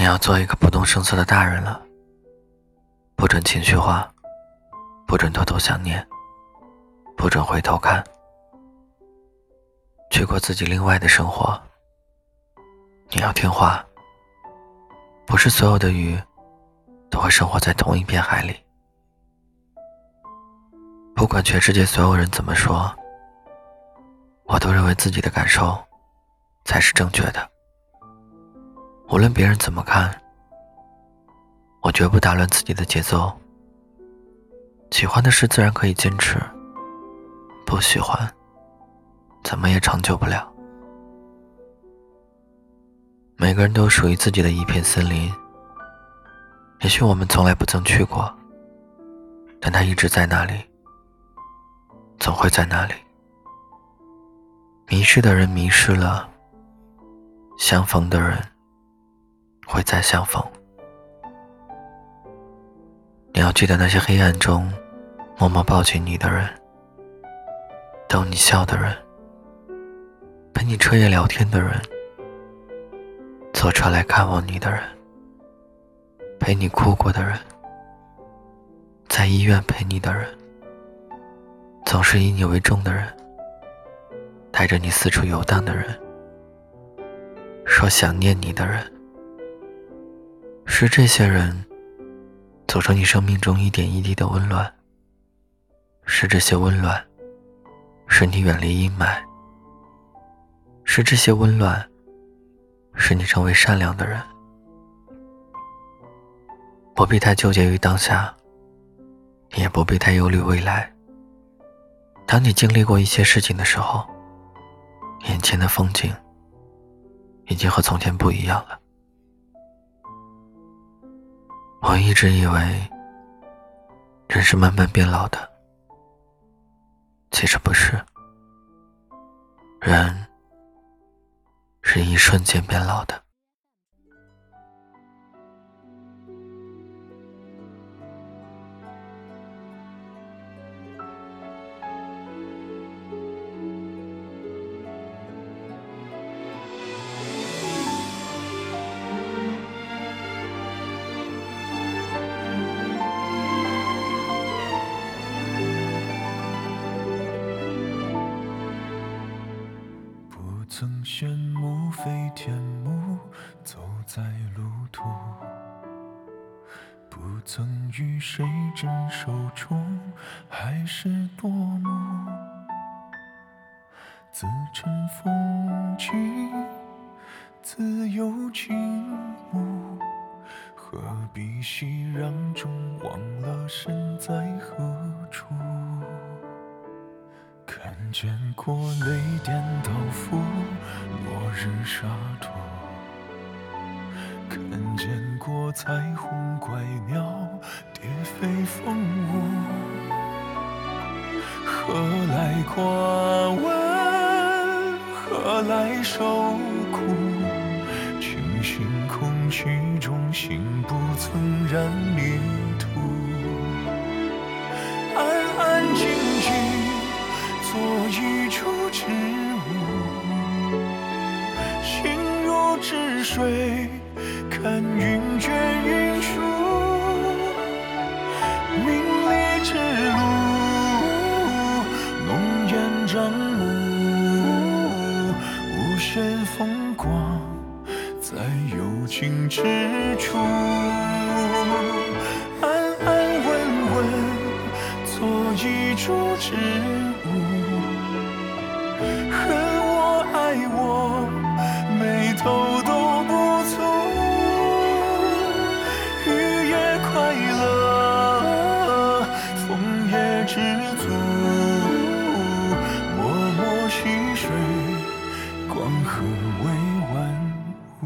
你要做一个不动声色的大人了，不准情绪化，不准偷偷想念，不准回头看，去过自己另外的生活。你要听话，不是所有的鱼都会生活在同一片海里。不管全世界所有人怎么说，我都认为自己的感受才是正确的。无论别人怎么看，我绝不打乱自己的节奏。喜欢的事自然可以坚持，不喜欢怎么也长久不了。每个人都有属于自己的一片森林，也许我们从来不曾去过，但它一直在那里，总会在那里。迷失的人迷失了，相逢的人会再相逢。你要记得那些黑暗中默默抱紧你的人，逗你笑的人，陪你彻夜聊天的人，坐车来看望你的人，陪你哭过的人，在医院陪你的人，总是以你为重的人，带着你四处游荡的人，说想念你的人。是这些人组成你生命中一点一滴的温暖，是这些温暖使你远离阴霾，是这些温暖使你成为善良的人。不必太纠结于当下，也不必太忧虑未来。当你经历过一些事情的时候，眼前的风景已经和从前不一样了。我一直以为人是慢慢变老的，其实不是，人是一瞬间变老的。 曾羡慕飞天木走在路途，不曾与谁争手中还是多么自称风景，自有倾慕，何必熙攘中忘了身在何处。看见过雷电刀斧，落日洒脱，看见过彩虹怪鸟蝶飞凤舞，何来过问，何来受苦，清醒空气中心不曾染迷途，安安静静做一株植物，心如止水，看云卷云舒，名利之路，浓烟障目，无限风光在有情之处，安安稳稳做一株植物，恨我爱我眉头都不蹙，雨也快乐，风也知足，默默细水，光和为万物。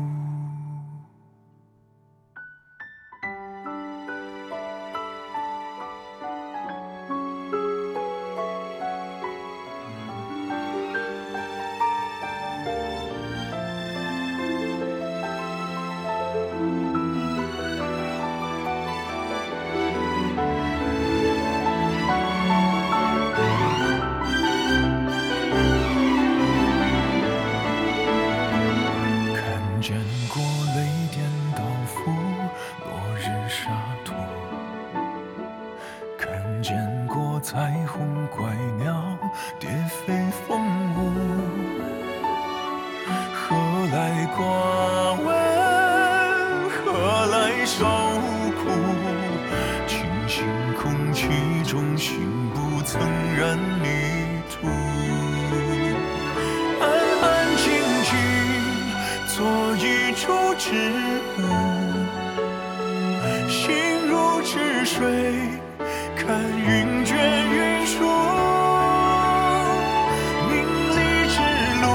过问，何来受苦？清新空气中，心不曾染泥土。安安静静做一株植物，心如止水，看云卷云舒。名利之路，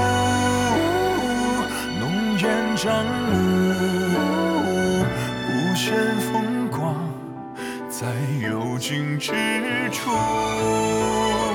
浓烟障目，无限风光在幽静之处。